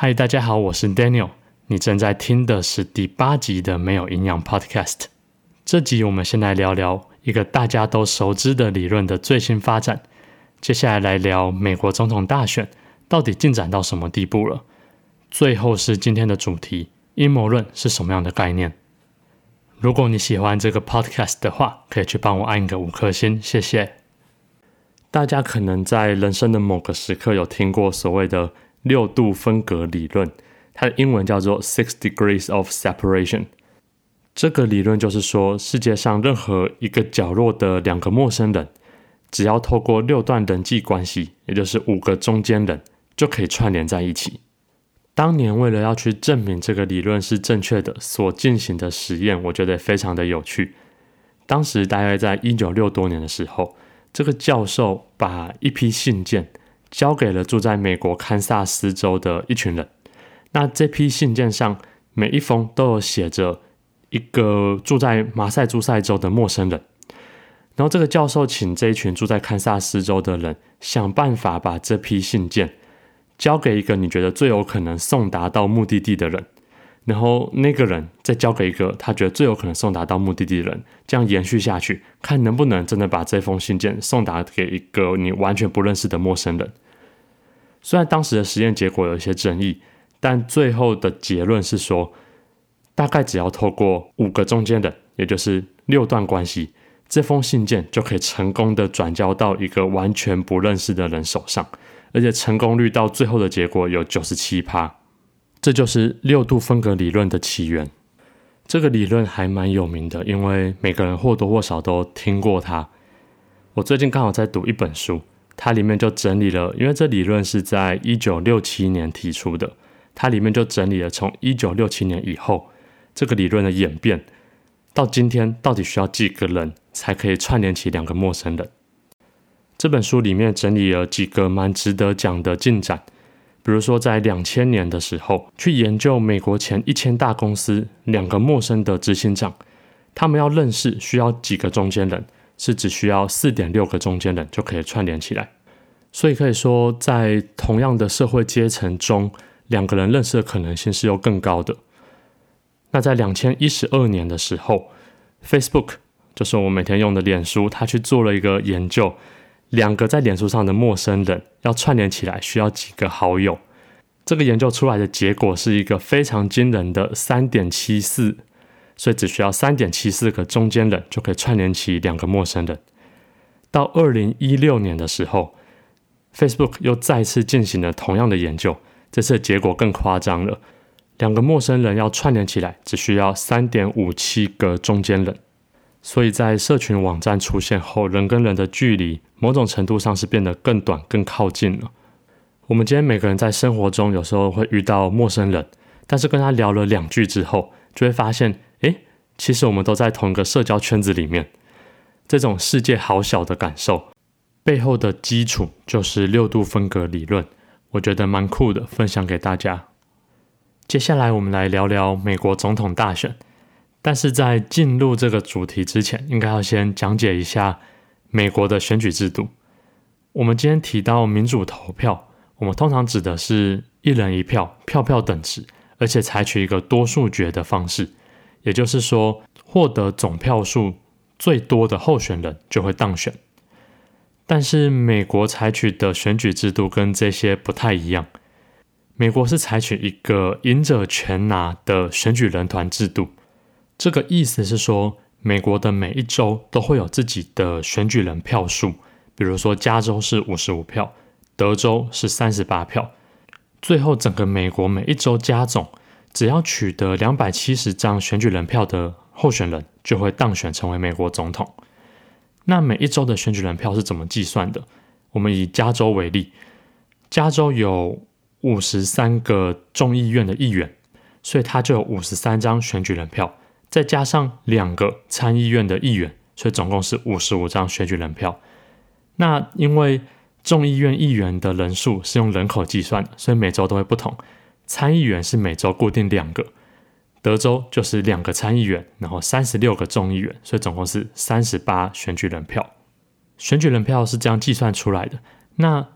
嗨，大家好，我是 Daniel， 你正在听的是第8集的没有营养 Podcast。 这集我们先来聊聊一个大家都熟知的理论的最新发展，接下来聊美国总统大选到底进展到什么地步了，最后是今天的主题，阴谋论是什么样的概念。如果你喜欢这个 podcast 的话，可以去帮我按个5颗星，谢谢。大家可能在人生的某个时刻有听过所谓的6度分隔理论，它的英文叫做 Six Degrees of Separation。 这个理论就是说，世界上任何一个角落的2个陌生人，只要透过6段人际关系，也就是5个中间人，就可以串联在一起。当年为了要去证明这个理论是正确的所进行的实验，我觉得非常的有趣。当时大概在1960多年的时候，这个教授把一批信件交给了住在美国堪萨斯州的一群人。那这批信件上每一封都有写着一个住在马赛诸塞州的陌生人，然后这个教授请这一群住在堪萨斯州的人想办法把这批信件交给一个你觉得最有可能送达到目的地的人，然后那个人再交给一个他觉得最有可能送达到目的地的人，这样延续下去，看能不能真的把这封信件送达给一个你完全不认识的陌生人。虽然当时的实验结果有一些争议，但最后的结论是说，大概只要透过5个中间人，也就是6段关系，这封信件就可以成功的转交到一个完全不认识的人手上，而且成功率到最后的结果有 97%。 这就是6度分隔理论的起源。这个理论还蛮有名的，因为每个人或多或少都听过它。我最近刚好在读一本书，它里面就整理了，因为这理论是在1967年提出的，它里面就整理了从1967年以后这个理论的演变，到今天到底需要几个人才可以串联起2个陌生人。这本书里面整理了几个蛮值得讲的进展，比如说在2000年的时候，去研究美国前1000大公司2个陌生的执行长，他们要认识需要几个中间人，是只需要 4.6 个中间人就可以串联起来。所以可以说，在同样的社会阶层中，2个人认识的可能性是又更高的。那在2012年的时候， Facebook 就是我们每天用的脸书，他去做了一个研究，2个在脸书上的陌生人要串联起来需要几个好友。这个研究出来的结果是一个非常惊人的 3.74， 所以只需要 3.74 个中间人就可以串联起2个陌生人。到2016年的时候， Facebook 又再次进行了同样的研究，这次的结果更夸张了，2个陌生人要串联起来只需要 3.57 个中间人。所以在社群网站出现后，人跟人的距离某种程度上是变得更短更靠近了。我们今天每个人在生活中有时候会遇到陌生人，但是跟他聊了2句之后，就会发现其实我们都在同一个社交圈子里面。这种世界好小的感受背后的基础就是6度分隔理论，我觉得蛮酷的，分享给大家。接下来我们来聊聊美国总统大选，但是在进入这个主题之前，应该要先讲解一下美国的选举制度。我们今天提到民主投票，我们通常指的是1人1票，票票等值，而且采取一个多数决的方式，也就是说，获得总票数最多的候选人就会当选。但是美国采取的选举制度跟这些不太一样，美国是采取一个赢者全拿的选举人团制度。这个意思是说，美国的每一州都会有自己的选举人票数，比如说加州是55票，德州是38票，最后整个美国每一州加总，只要取得270张选举人票的候选人就会当选成为美国总统。那每一州的选举人票是怎么计算的？我们以加州为例，加州有53个众议院的议员，所以它就有53张选举人票，再加上2个参议院的议员，所以总共是55张选举人票。那因为众议院议员的人数是用人口计算的，所以每州都会不同。参议员是每州固定2个，德州就是2个参议员，然后36个众议员，所以总共是38选举人票。选举人票是这样计算出来的。那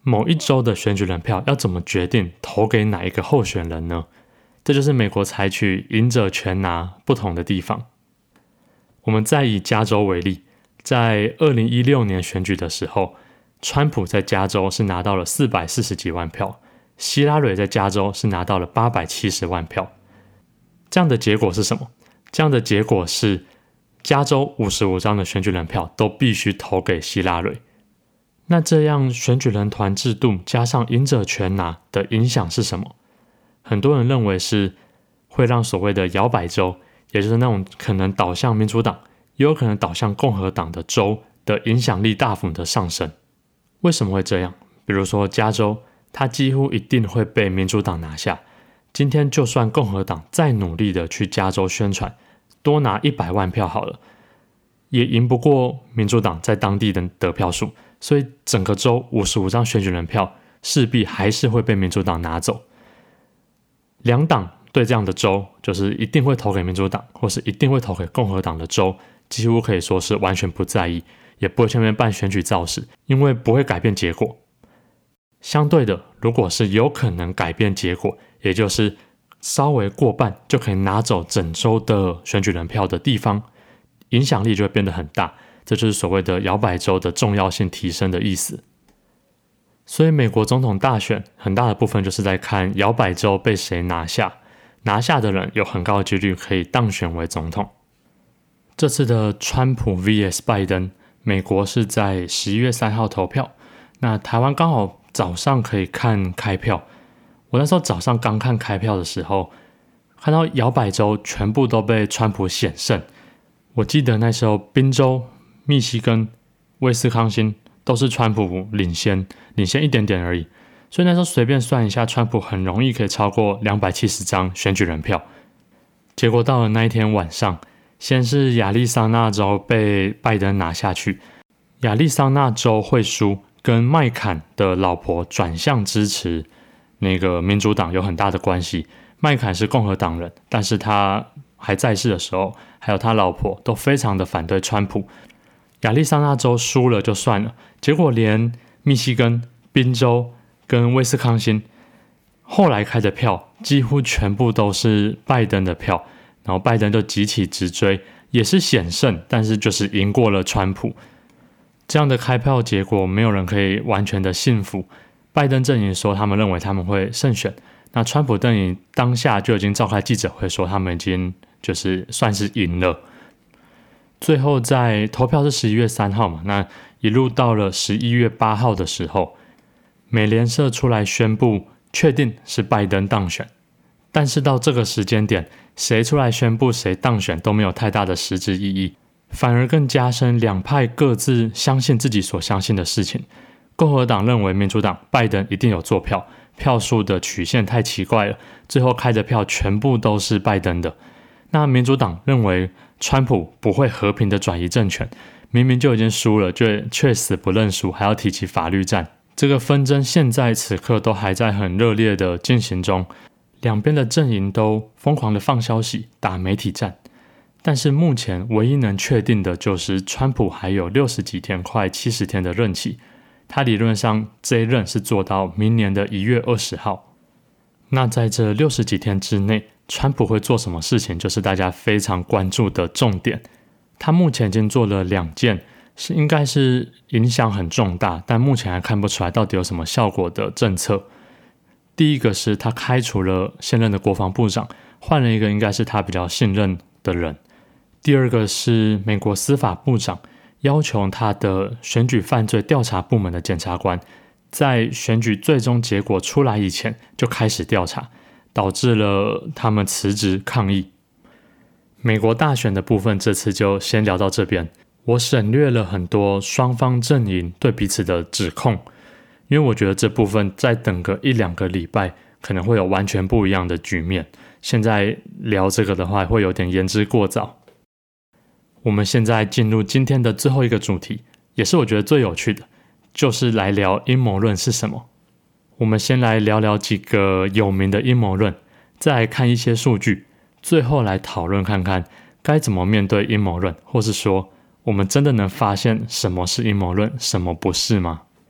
某一州的选举人票要怎么决定投给哪一个候选人呢？这就是美国采取赢者全拿不同的地方。我们再以加州为例，在2016年选举的时候，川普在加州是拿到了440几万票，希拉蕊在加州是拿到了870万票。这样的结果是什么？这样的结果是加州55张的选举人票都必须投给希拉蕊。那这样选举人团制度加上赢者全拿的影响是什么？很多人认为是会让所谓的摇摆州，也就是那种可能倒向民主党也有可能倒向共和党的州的影响力大幅的上升。为什么会这样？比如说加州，它几乎一定会被民主党拿下。今天就算共和党再努力的去加州宣传，多拿100万票好了，也赢不过民主党在当地的得票数，所以整个州55张选举人票势必还是会被民主党拿走。两党对这样的州，就是一定会投给民主党或是一定会投给共和党的州，几乎可以说是完全不在意，也不会去那边办选举造势，因为不会改变结果。相对的，如果是有可能改变结果，也就是稍微过半就可以拿走整州的选举人票的地方，影响力就会变得很大，这就是所谓的摇摆州的重要性提升的意思。所以美国总统大选很大的部分就是在看摇摆州被谁拿下，拿下的人有很高的几率可以当选为总统。这次的川普 vs 拜登，美国是在11月3号投票，那台湾刚好早上可以看开票。我那时候早上刚看开票的时候，看到摇摆州全部都被川普险胜。我记得那时候宾州、密西根、威斯康星都是川普领先一点点而已，所以那时候随便算一下，川普很容易可以超过270张选举人票。结果到了那一天晚上，先是亚利桑那州被拜登拿下去，亚利桑那州会输，跟麦坎的老婆转向支持那个民主党有很大的关系。麦坎是共和党人，但是他还在世的时候，还有他老婆都非常的反对川普。亚利桑那州输了就算了，结果连密西根、宾州跟威斯康星后来开的票几乎全部都是拜登的票，然后拜登就急起直追，也是险胜，但是就是赢过了川普。这样的开票结果没有人可以完全的信服。拜登阵营说他们认为他们会胜选，那川普阵营当下就已经召开记者会说他们已经就是算是赢了。最后在投票是11月3号嘛，那一路到了11月8号的时候，美联社出来宣布确定是拜登当选。但是到这个时间点，谁出来宣布谁当选都没有太大的实质意义，反而更加深两派各自相信自己所相信的事情。共和党认为民主党拜登一定有作票，票数的曲线太奇怪了，最后开的票全部都是拜登的。那民主党认为川普不会和平的转移政权，明明就已经输了，却死不认输，还要提起法律战。这个纷争现在此刻都还在很热烈的进行中，两边的阵营都疯狂的放消息，打媒体战。但是目前唯一能确定的就是川普还有60几天，快70天的任期，他理论上这一任是做到明年的1月20号。那在这60几天之内，川普会做什么事情，就是大家非常关注的重点。他目前已经做了2件，应该是影响很重大，但目前还看不出来到底有什么效果的政策。第一个是他开除了现任的国防部长，换了一个应该是他比较信任的人。第二个是美国司法部长要求他的选举犯罪调查部门的检察官在选举最终结果出来以前就开始调查，导致了他们辞职抗议。美国大选的部分这次就先聊到这边，我省略了很多双方阵营对彼此的指控，因为我觉得这部分再等个1-2个礼拜可能会有完全不一样的局面，现在聊这个的话会有点言之过早。我们现在进入今天的最后一个主题，也是我觉得最有趣的，就是来聊阴谋论是什么。我们先来聊聊几个有名的阴谋论，再来看一些数据，最后来讨论看看该怎么面对阴谋论，或是说我们真的能发现什么是阴谋论，什么不是吗？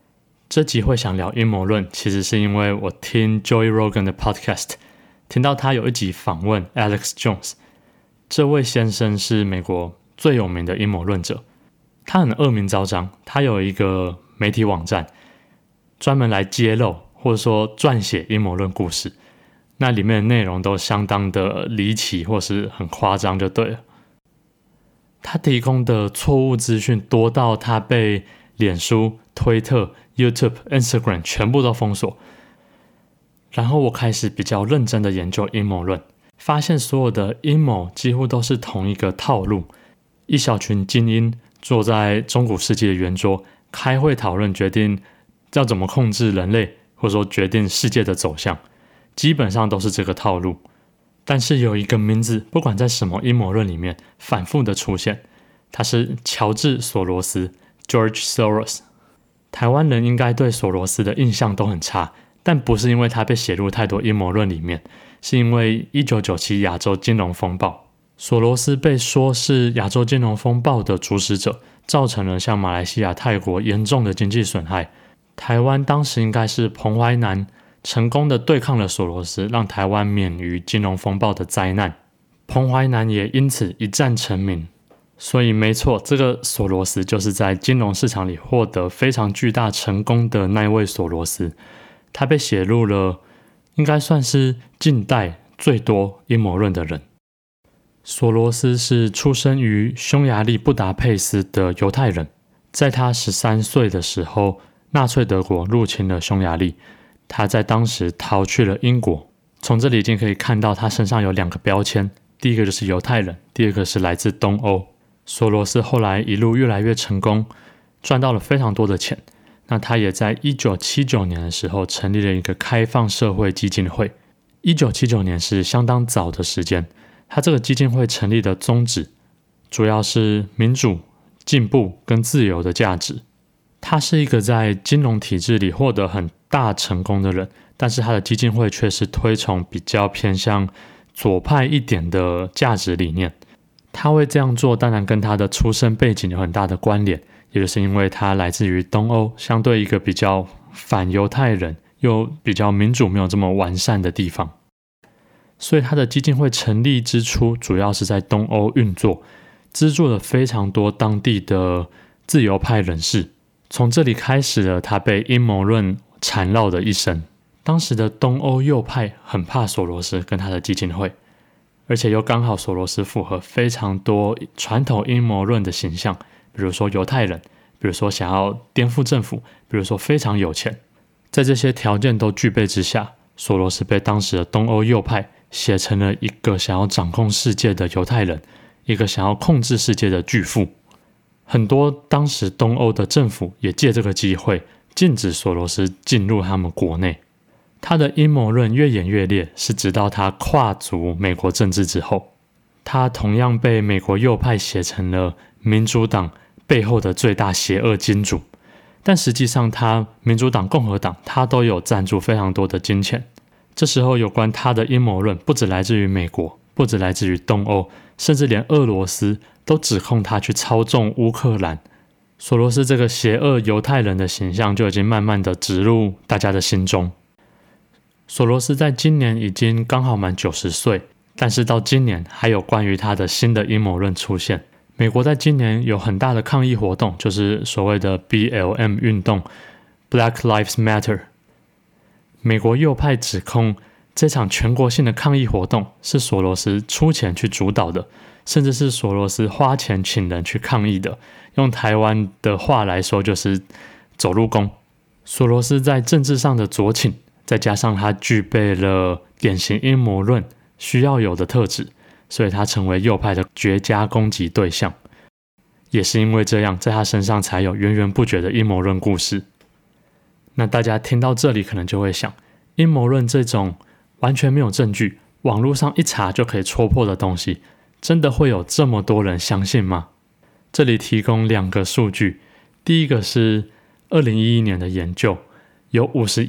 这集会想聊阴谋论，其实是因为我听 Joey Rogan 的 podcast， 听到他有一集访问 Alex Jones， 这位先生是美国最有名的阴谋论者，他很恶名昭彰，他有一个媒体网站，专门来揭露或者说撰写阴谋论故事，那里面的内容都相当的离奇或是很夸张就对了。他提供的错误资讯多到他被脸书、推特、YouTube、Instagram 全部都封锁。然后我开始比较认真的研究阴谋论，发现所有的阴谋几乎都是同一个套路，一小群精英坐在中古世纪的圆桌开会讨论，决定要怎么控制人类，或者说决定世界的走向，基本上都是这个套路。但是有一个名字，不管在什么阴谋论里面反复的出现，他是乔治·索罗斯 George Soros。 台湾人应该对索罗斯的印象都很差，但不是因为他被写入太多阴谋论里面，是因为1997亚洲金融风暴，索罗斯被说是亚洲金融风暴的主使者，造成了像马来西亚、泰国严重的经济损害。台湾当时应该是彭淮南成功的对抗了索罗斯，让台湾免于金融风暴的灾难，彭淮南也因此一战成名。所以没错，这个索罗斯就是在金融市场里获得非常巨大成功的那一位索罗斯，他被写入了应该算是近代最多阴谋论的人。索罗斯是出生于匈牙利布达佩斯的犹太人，在他13岁的时候，纳粹德国入侵了匈牙利，他在当时逃去了英国。从这里已经可以看到他身上有2个标签，第一个就是犹太人，第二个是来自东欧。索罗斯后来一路越来越成功，赚到了非常多的钱。那他也在1979年的时候成立了一个开放社会基金会。1979年是相当早的时间，他这个基金会成立的宗旨主要是民主、进步跟自由的价值。他是一个在金融体制里获得很大成功的人，但是他的基金会却是推崇比较偏向左派一点的价值理念。他会这样做当然跟他的出身背景有很大的关联，也就是因为他来自于东欧，相对一个比较反犹太人又比较民主没有这么完善的地方。所以他的基金会成立之初主要是在东欧运作，资助了非常多当地的自由派人士。从这里开始了他被阴谋论缠绕的一生。当时的东欧右派很怕索罗斯跟他的基金会，而且又刚好索罗斯符合非常多传统阴谋论的形象，比如说犹太人，比如说想要颠覆政府，比如说非常有钱。在这些条件都具备之下，索罗斯被当时的东欧右派写成了一个想要掌控世界的犹太人，一个想要控制世界的巨富。很多当时东欧的政府也借这个机会禁止索罗斯进入他们国内。他的阴谋论越演越烈，是直到他跨足美国政治之后。他同样被美国右派写成了民主党背后的最大邪恶金主，但实际上他民主党、共和党他都有赞助非常多的金钱。这时候有关他的阴谋论不只来自于美国，不只来自于东欧，甚至连俄罗斯都指控他去操纵乌克兰。索罗斯这个邪恶犹太人的形象就已经慢慢的植入大家的心中。索罗斯在今年已经刚好满90岁，但是到今年还有关于他的新的阴谋论出现。美国在今年有很大的抗议活动，就是所谓的 BLM 运动 Black Lives Matter。 美国右派指控这场全国性的抗议活动是索罗斯出钱去主导的，甚至是索罗斯花钱请人去抗议的，用台湾的话来说就是走路工。索罗斯在政治上的左倾，再加上他具备了典型阴谋论需要有的特质，所以他成为右派的绝佳攻击对象。也是因为这样，在他身上才有源源不绝的阴谋论故事。那大家听到这里可能就会想，阴谋论这种完全没有证据，网络上一查就可以戳破的东西，真的会有这么多人相信吗？这里提供2个数据。第一个是2011年的研究，有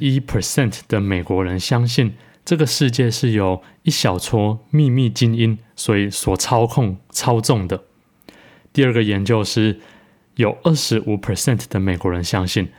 51% 的美国人相信这个世界是由一小撮秘密精英所操控操纵的。第二个研究是有 25% 的美国人相信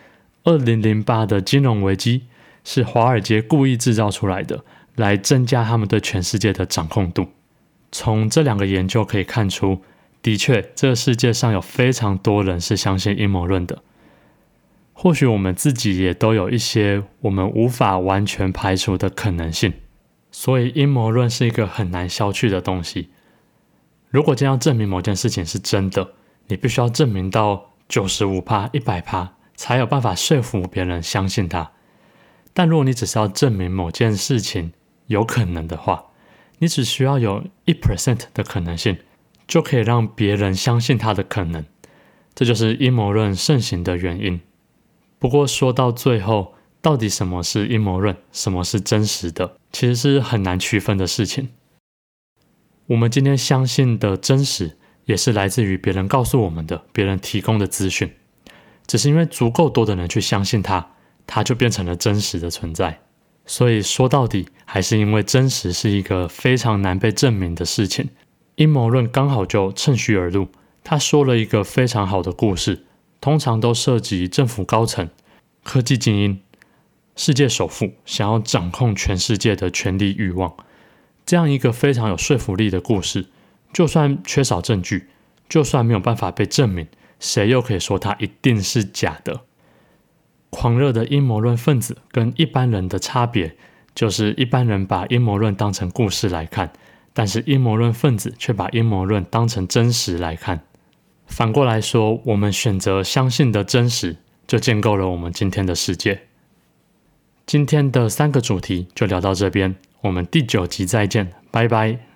2008的金融危机是华尔街故意制造出来的，来增加他们对全世界的掌控度。从这2个研究可以看出，的确这个世界上有非常多人是相信阴谋论的。或许我们自己也都有一些我们无法完全排除的可能性，所以阴谋论是一个很难消去的东西。如果今天要证明某件事情是真的，你必须要证明到 95%、100% 才有办法说服别人相信它。但如果你只是要证明某件事情有可能的话，你只需要有 1% 的可能性，就可以让别人相信它的可能。这就是阴谋论盛行的原因。不过说到最后，到底什么是阴谋论，什么是真实的，其实是很难区分的事情。我们今天相信的真实，也是来自于别人告诉我们的，别人提供的资讯。只是因为足够多的人去相信它，它就变成了真实的存在。所以说到底，还是因为真实是一个非常难被证明的事情。阴谋论刚好就趁虚而入，他说了一个非常好的故事，通常都涉及政府高层、科技精英、世界首富想要掌控全世界的权力欲望。这样一个非常有说服力的故事，就算缺少证据，就算没有办法被证明，谁又可以说它一定是假的？狂热的阴谋论分子跟一般人的差别，就是一般人把阴谋论当成故事来看，但是阴谋论分子却把阴谋论当成真实来看。反过来说，我们选择相信的真实，就建构了我们今天的世界。今天的3个主题就聊到这边，我们第9集再见，拜拜。